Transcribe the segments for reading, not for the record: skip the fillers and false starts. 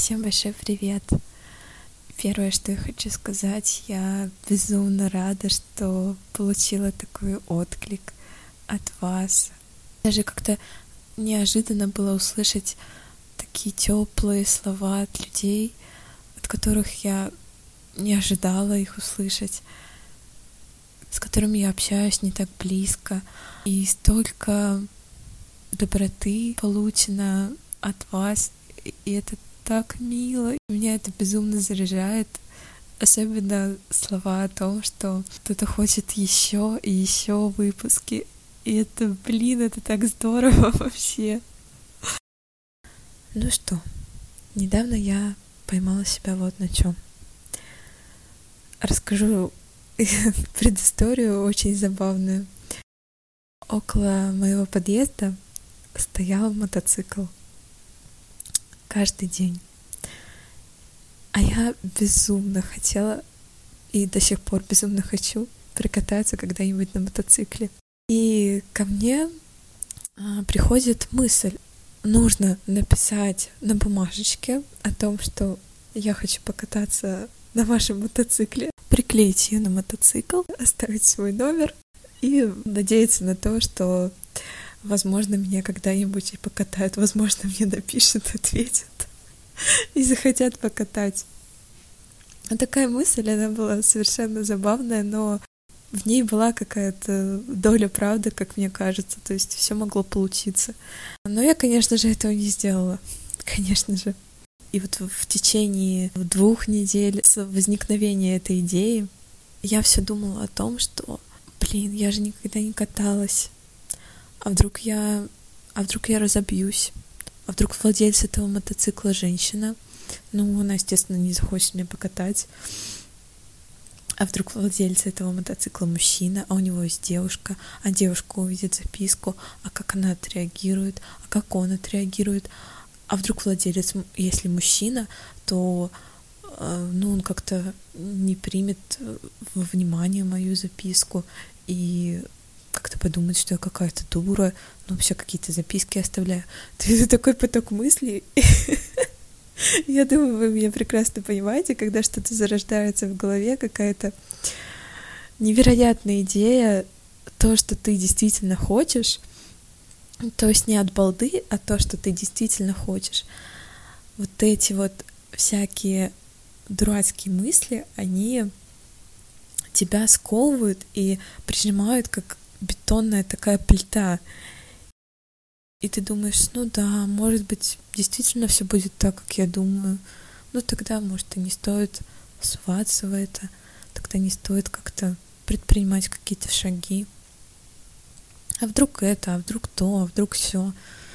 Всем большой привет! Первое, что я хочу сказать, я безумно рада, что получила такой отклик от вас. Даже как-то неожиданно было услышать такие теплые слова от людей, от которых я не ожидала их услышать, с которыми я общаюсь не так близко. И столько доброты получено от вас, и это так мило. Меня это безумно заряжает. Особенно слова о том, что кто-то хочет еще и еще выпуски. И это, это так здорово вообще. Ну что, недавно я поймала себя вот на чем. Расскажу предысторию очень забавную. Около моего подъезда стоял мотоцикл. Каждый день. А я безумно хотела и до сих пор безумно хочу прокататься когда-нибудь на мотоцикле. И ко мне приходит мысль: нужно написать на бумажечке о том, что я хочу покататься на вашем мотоцикле, приклеить ее на мотоцикл, оставить свой номер и надеяться на то, что возможно, меня когда-нибудь и покатают, возможно, мне напишут, ответят и захотят покатать. А такая мысль, она была совершенно забавная, но в ней была какая-то доля правды, как мне кажется, то есть все могло получиться. Но я, конечно же, этого не сделала, конечно же. И вот в течение 2 недель с возникновения этой идеи я все думала о том, что, я же никогда не каталась. А вдруг я разобьюсь? А вдруг владелец этого мотоцикла женщина? Ну, она, естественно, не захочет меня покатать. А вдруг владелец этого мотоцикла мужчина, а у него есть девушка, а девушка увидит записку, а как она отреагирует, а как он отреагирует? А вдруг владелец, если мужчина, то он как-то не примет во внимание мою записку и как-то подумать, что я какая-то дура, вообще какие-то записки оставляю. Это такой поток мыслей. Я думаю, вы меня прекрасно понимаете, когда что-то зарождается в голове, какая-то невероятная идея, то, что ты действительно хочешь, то есть не от балды, а то, что ты действительно хочешь. Вот эти вот всякие дурацкие мысли, они тебя сковывают и прижимают как бетонная такая плита. И ты думаешь, может быть, действительно все будет так, как я думаю. Тогда, может, и не стоит суваться в это, тогда не стоит как-то предпринимать какие-то шаги. А вдруг это, а вдруг то, а вдруг все.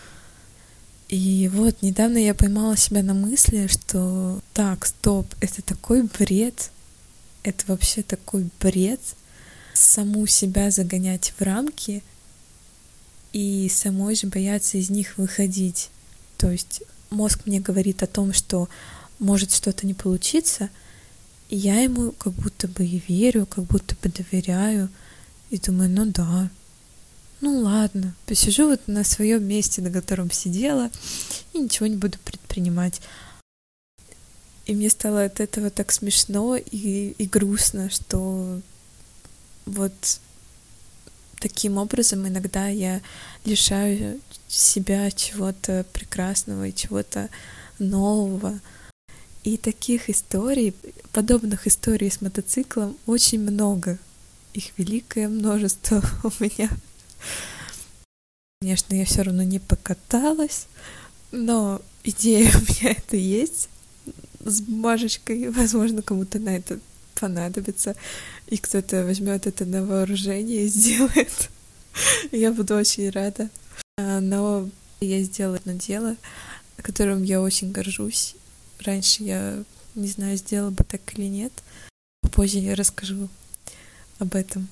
И вот недавно я поймала себя на мысли, что так, стоп, это такой бред, это вообще такой бред, саму себя загонять в рамки и самой же бояться из них выходить. То есть мозг мне говорит о том, что может что-то не получиться, и я ему как будто бы и верю, как будто бы доверяю, и думаю, ладно, посижу вот на своем месте, на котором сидела, и ничего не буду предпринимать. И мне стало от этого так смешно и грустно, что вот таким образом иногда я лишаю себя чего-то прекрасного и чего-то нового. И таких историй, подобных историй с мотоциклом очень много. Их великое множество у меня. Конечно, я все равно не покаталась, но идея у меня это есть с бумажечкой. Возможно, кому-то на это понадобится, и кто-то возьмет это на вооружение и сделает. Я буду очень рада. Но я сделала одно дело, которым я очень горжусь. Раньше я не знаю, сделала бы так или нет. Позже я расскажу об этом.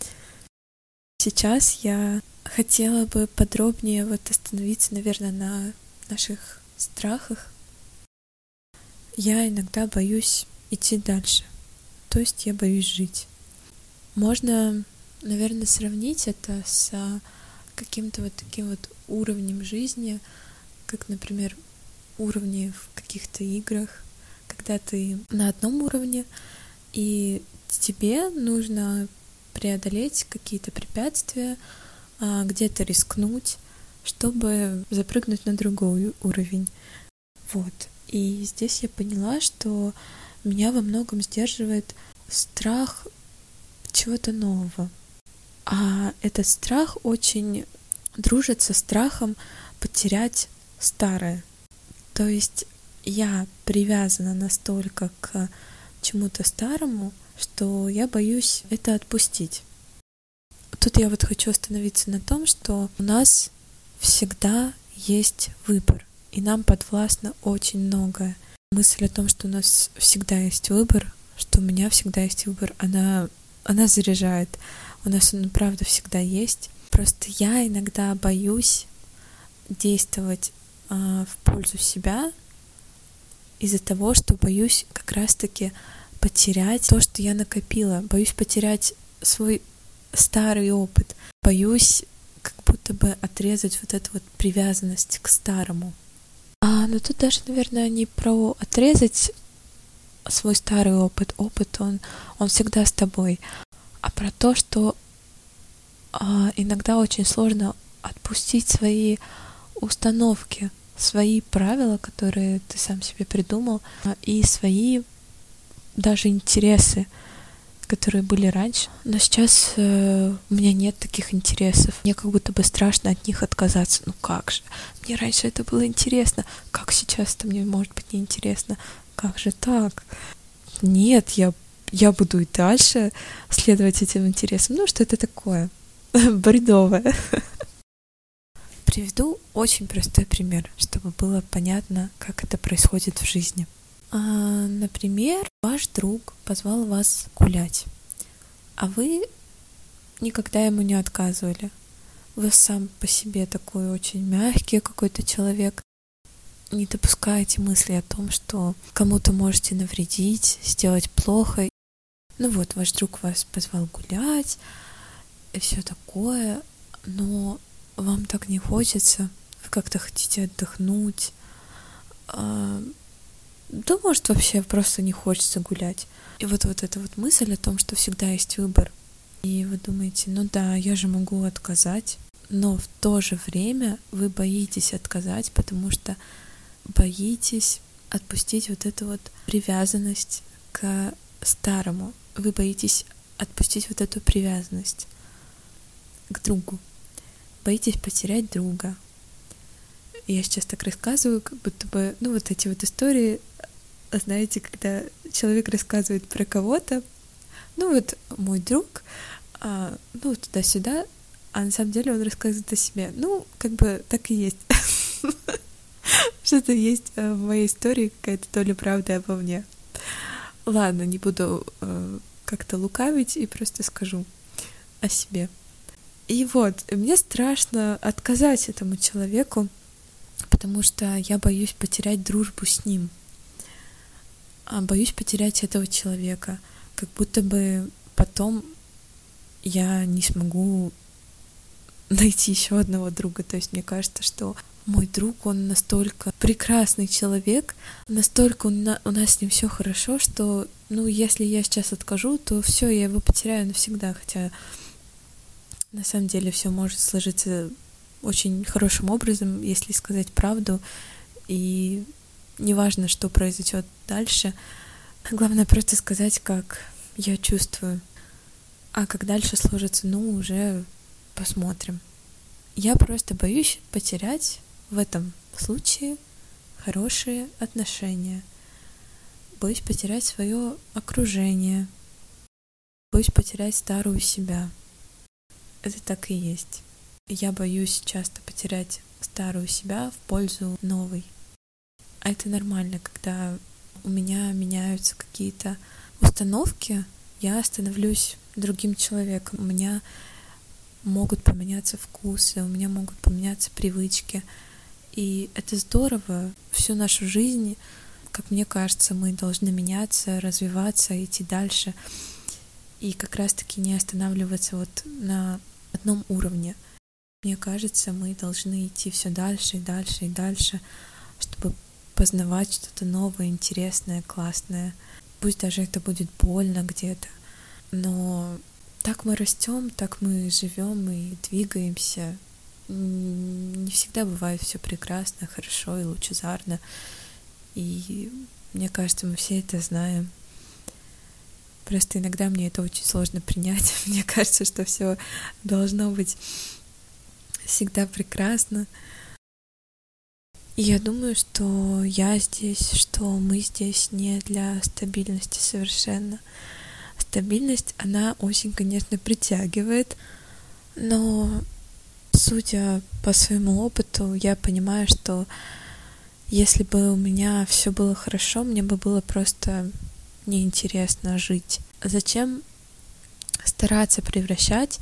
Сейчас я хотела бы подробнее остановиться, наверное, на наших страхах. Я иногда боюсь идти дальше. То есть я боюсь жить. Можно, наверное, сравнить это с каким-то таким уровнем жизни, как, например, уровни в каких-то играх, когда ты на одном уровне, и тебе нужно преодолеть какие-то препятствия, где-то рискнуть, чтобы запрыгнуть на другой уровень. Вот. И здесь я поняла, что меня во многом сдерживает страх чего-то нового. А этот страх очень дружит со страхом потерять старое. То есть я привязана настолько к чему-то старому, что я боюсь это отпустить. Тут я вот хочу остановиться на том, что у нас всегда есть выбор, и нам подвластно очень многое. Мысль о том, что у нас всегда есть выбор, что у меня всегда есть выбор, она заряжает. У нас он, правда, всегда есть. Просто я иногда боюсь действовать в пользу себя из-за того, что боюсь как раз-таки потерять то, что я накопила. Боюсь потерять свой старый опыт. Боюсь как будто бы отрезать вот эту вот привязанность к старому. Но тут даже, наверное, не про отрезать свой старый опыт. Опыт, он всегда с тобой. А про то, что иногда очень сложно отпустить свои установки, свои правила, которые ты сам себе придумал, и свои даже интересы, которые были раньше. Но сейчас у меня нет таких интересов. Мне как будто бы страшно от них отказаться. Ну как же? Мне раньше это было интересно. Как сейчас это мне может быть неинтересно? Как же так? Нет, я буду и дальше следовать этим интересам. Ну, что это такое? Бредовое. Приведу очень простой пример, чтобы было понятно, как это происходит в жизни. Например, ваш друг позвал вас гулять, а вы никогда ему не отказывали. Вы сам по себе такой очень мягкий какой-то человек. Не допускаете мысли о том, что кому-то можете навредить, сделать плохо. Ну вот, ваш друг вас позвал гулять и все такое, но вам так не хочется, вы как-то хотите отдохнуть. Да, может, вообще просто не хочется гулять. И вот эта вот мысль о том, что всегда есть выбор. И вы думаете, ну да, я же могу отказать. Но в то же время вы боитесь отказать, потому что боитесь отпустить вот эту вот привязанность к старому. Вы боитесь отпустить вот эту привязанность к другу. Боитесь потерять друга. Я сейчас так рассказываю, как будто бы, ну, вот эти вот истории, знаете, когда человек рассказывает про кого-то, ну, вот мой друг, ну, туда-сюда, а на самом деле он рассказывает о себе. Ну, как бы так и есть. Что-то есть в моей истории, какая-то доля правды обо мне. Ладно, не буду как-то лукавить и просто скажу о себе. И вот, мне страшно отказать этому человеку, потому что я боюсь потерять дружбу с ним. Боюсь потерять этого человека. Как будто бы потом я не смогу найти еще одного друга. То есть мне кажется, что мой друг, он настолько прекрасный человек, настолько у нас с ним все хорошо, что, ну, если я сейчас откажу, то все, я его потеряю навсегда. Хотя на самом деле все может сложиться очень хорошим образом, если сказать правду, и неважно, что произойдет дальше. Главное просто сказать, как я чувствую. А как дальше сложится, ну, уже посмотрим. Я просто боюсь потерять в этом случае хорошие отношения. Боюсь потерять свое окружение. Боюсь потерять старую себя. Это так и есть. Я боюсь часто потерять старую себя в пользу новой. А это нормально, когда у меня меняются какие-то установки, я становлюсь другим человеком. У меня могут поменяться вкусы, у меня могут поменяться привычки. И это здорово. Всю нашу жизнь, как мне кажется, мы должны меняться, развиваться, идти дальше. И как раз-таки не останавливаться вот на одном уровне. Мне кажется, мы должны идти все дальше и дальше и дальше, чтобы познавать что-то новое, интересное, классное. Пусть даже это будет больно где-то, но так мы растем, так мы живем и двигаемся. Не всегда бывает все прекрасно, хорошо и лучезарно. И мне кажется, мы все это знаем. Просто иногда мне это очень сложно принять. Мне кажется, что все должно быть всегда прекрасно. И я думаю, что я здесь, что мы здесь не для стабильности совершенно. Стабильность, она очень, конечно, притягивает, но, судя по своему опыту, я понимаю, что если бы у меня все было хорошо, мне бы было просто неинтересно жить. Зачем стараться превращать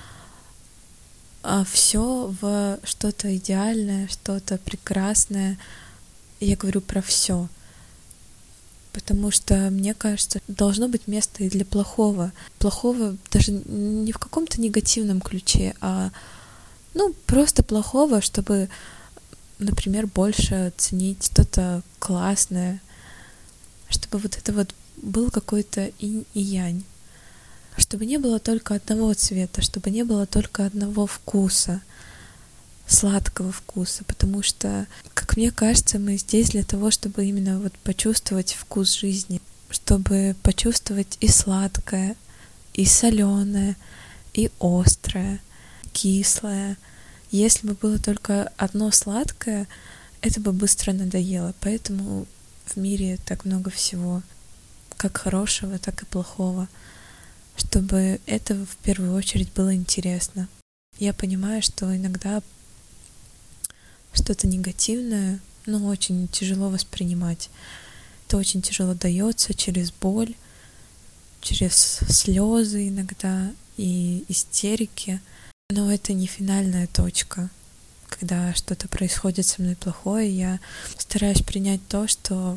все в что-то идеальное, что-то прекрасное? Я говорю про все. Потому что, мне кажется, должно быть место и для плохого. Плохого даже не в каком-то негативном ключе, а просто плохого, чтобы, например, больше ценить что-то классное, чтобы вот это вот был какой-то инь и янь, чтобы не было только одного цвета, чтобы не было только одного вкуса, сладкого вкуса, потому что, как мне кажется, мы здесь для того, чтобы именно вот почувствовать вкус жизни, чтобы почувствовать и сладкое, и соленое, и острое, кислое. Если бы было только одно сладкое, это бы быстро надоело. Поэтому в мире так много всего, как хорошего, так и плохого, чтобы это в первую очередь было интересно. Я понимаю, что иногда что-то негативное, очень тяжело воспринимать. Это очень тяжело дается через боль, через слезы иногда и истерики. Но это не финальная точка. Когда что-то происходит со мной плохое, я стараюсь принять то, что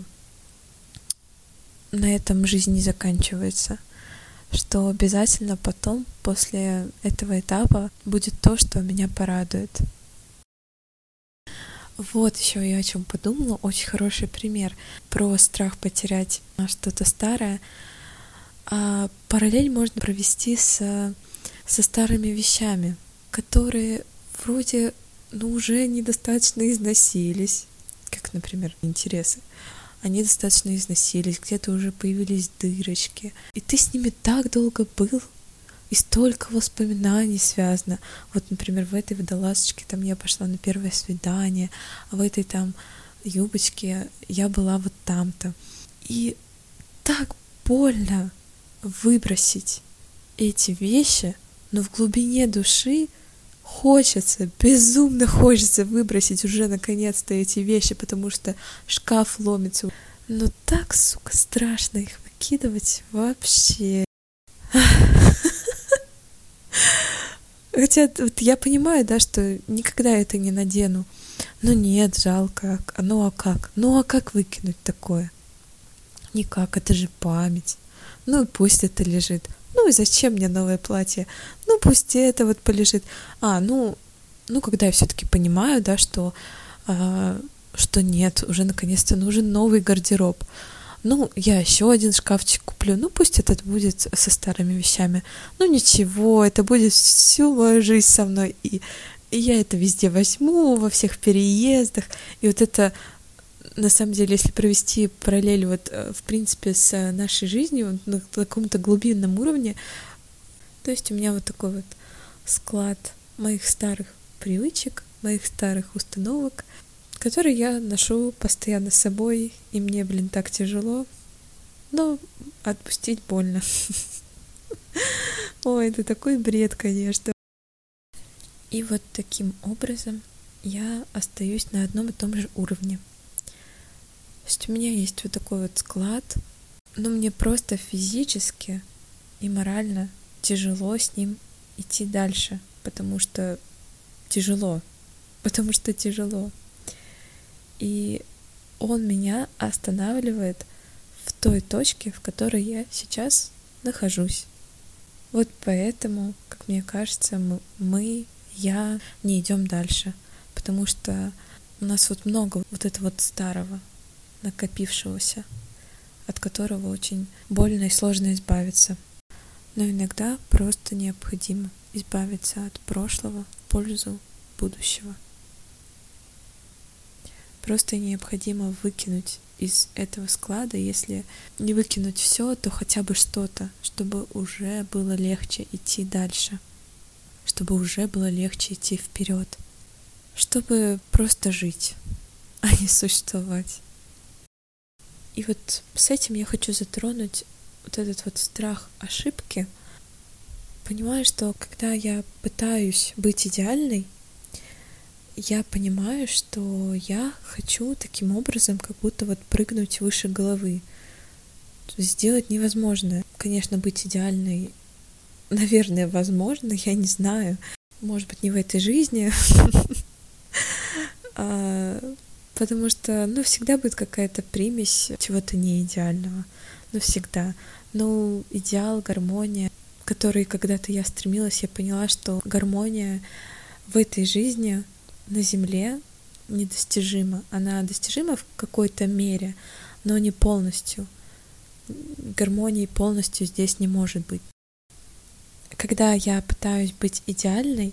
на этом жизнь не заканчивается. Что обязательно потом, после этого этапа, будет то, что меня порадует. Вот еще я о чем подумала. Очень хороший пример про страх потерять что-то старое. Параллель можно провести со старыми вещами, которые вроде уже недостаточно износились, как, например, интересы. Они достаточно износились, где-то уже появились дырочки. И ты с ними так долго был, и столько воспоминаний связано. Вот, например, в этой водолазочке там я пошла на первое свидание, а в этой там юбочке я была вот там-то. И так больно выбросить эти вещи, но в глубине души хочется, безумно хочется выбросить уже наконец-то эти вещи, потому что шкаф ломится. Но так, сука, страшно их выкидывать вообще. Хотя вот я понимаю, да, что никогда это не надену. Но нет, жалко. А как? А как выкинуть такое? Никак, это же память. И пусть это лежит. И зачем мне новое платье? Пусть это вот полежит. Когда я все-таки понимаю, да, что нет, уже наконец-то нужен новый гардероб. Я еще один шкафчик куплю. Пусть этот будет со старыми вещами. Ничего, это будет всю мою жизнь со мной. И я это везде возьму, во всех переездах. И вот это, на самом деле, если провести параллель вот, в принципе, с нашей жизнью на каком-то глубинном уровне, то есть у меня вот такой вот склад моих старых привычек, моих старых установок, которые я ношу постоянно с собой, и мне, так тяжело, но отпустить больно. Ой, это такой бред, конечно. И вот таким образом я остаюсь на одном и том же уровне. То есть у меня есть вот такой вот склад, но мне просто физически и морально тяжело с ним идти дальше, потому что тяжело. И он меня останавливает в той точке, в которой я сейчас нахожусь. Вот поэтому, как мне кажется, я не идем дальше, потому что у нас вот много вот этого вот старого. накопившегося, от которого очень больно и сложно избавиться. Но иногда просто необходимо избавиться от прошлого в пользу будущего. Просто необходимо выкинуть из этого склада, если не выкинуть все, то хотя бы что-то, чтобы уже было легче идти дальше, чтобы уже было легче идти вперед, чтобы просто жить, а не существовать. И вот с этим я хочу затронуть вот этот вот страх ошибки. Понимаю, что когда я пытаюсь быть идеальной, я понимаю, что я хочу таким образом как будто вот прыгнуть выше головы. Сделать невозможное. Конечно, быть идеальной, наверное, возможно, я не знаю. Может быть, не в этой жизни. Потому что, всегда будет какая-то примесь чего-то неидеального. Всегда. Но идеал, гармония, к которой когда-то я стремилась, я поняла, что гармония в этой жизни на Земле недостижима. Она достижима в какой-то мере, но не полностью. Гармонии полностью здесь не может быть. Когда я пытаюсь быть идеальной,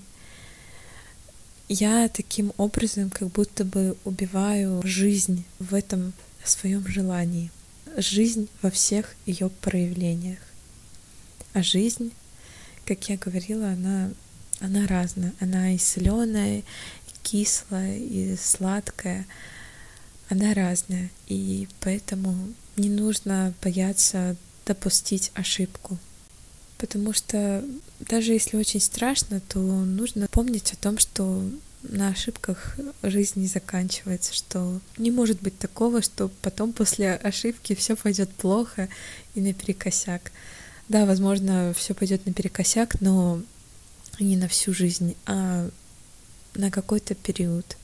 я таким образом как будто бы убиваю жизнь в этом своем желании. Жизнь во всех ее проявлениях. А жизнь, как я говорила, она разная. Она и соленая, и кислая, и сладкая. Она разная. И поэтому не нужно бояться допустить ошибку. Потому что даже если очень страшно, то нужно помнить о том, что на ошибках жизнь не заканчивается, что не может быть такого, что потом после ошибки все пойдет плохо и наперекосяк. Да, возможно, все пойдет наперекосяк, но не на всю жизнь, а на какой-то период.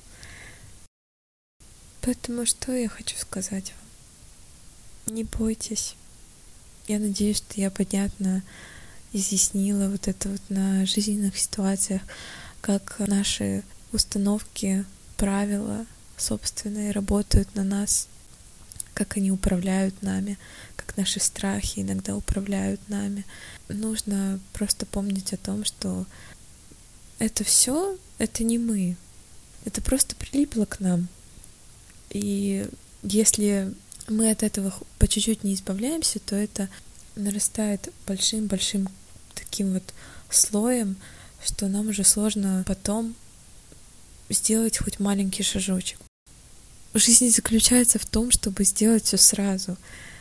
Поэтому что я хочу сказать вам? Не бойтесь. Я надеюсь, что я понятно изъяснила вот это вот на жизненных ситуациях, как наши установки, правила собственные работают на нас, как они управляют нами, как наши страхи иногда управляют нами. Нужно просто помнить о том, что это все, это не мы, это просто прилипло к нам. И если мы от этого по чуть-чуть не избавляемся, то это нарастает большим-большим таким вот слоем, что нам уже сложно потом сделать хоть маленький шажочек. Жизнь заключается в том, чтобы сделать все сразу.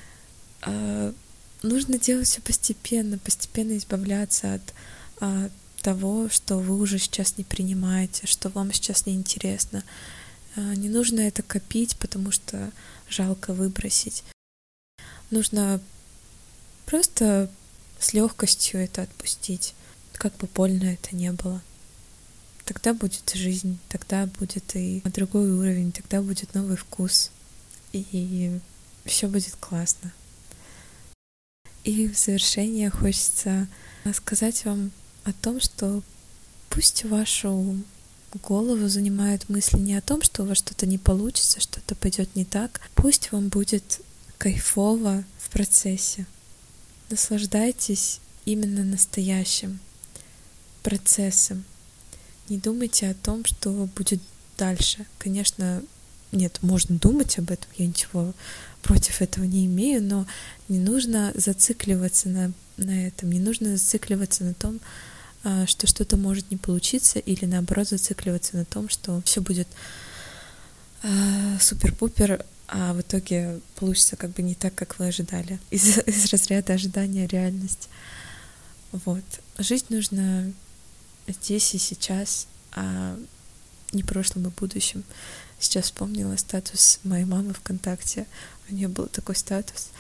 Нужно делать все постепенно избавляться от того, что вы уже сейчас не принимаете, что вам сейчас неинтересно. Не нужно это копить, потому что жалко выбросить. Нужно просто с легкостью это отпустить, как бы больно это не было. Тогда будет жизнь, тогда будет и другой уровень, тогда будет новый вкус, и все будет классно. И в завершение хочется сказать вам о том, что пусть вашу голову занимают мысли не о том, что у вас что-то не получится, что-то пойдет не так. Пусть вам будет кайфово в процессе. Наслаждайтесь именно настоящим процессом. Не думайте о том, что будет дальше. Конечно, нет, можно думать об этом, я ничего против этого не имею, но не нужно зацикливаться на этом, не нужно зацикливаться на том, что что-то может не получиться, или наоборот зацикливаться на том, что все будет супер-пупер, а в итоге получится как бы не так, как вы ожидали. Из разряда ожидания реальность. Вот. Жить нужно здесь и сейчас, а не прошлым и будущим. Сейчас вспомнила статус моей мамы ВКонтакте. У нее был такой статус.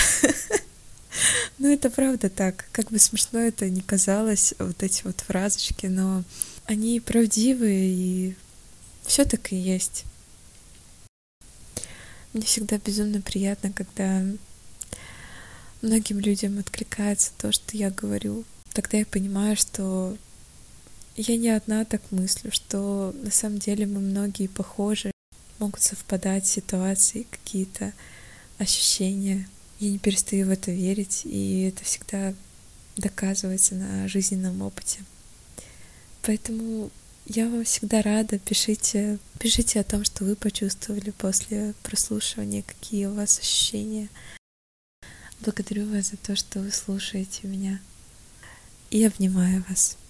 Ну, это правда так. Как бы смешно это ни казалось, вот эти вот фразочки, но они правдивые, и все так и есть. Мне всегда безумно приятно, когда многим людям откликается то, что я говорю. Тогда я понимаю, что я не одна так мыслю, что на самом деле мы многие похожи. могут совпадать ситуации, какие-то ощущения. Я не перестаю в это верить, и это всегда доказывается на жизненном опыте. Поэтому я вам всегда рада. Пишите о том, что вы почувствовали после прослушивания, какие у вас ощущения. Благодарю вас за то, что вы слушаете меня. И обнимаю вас.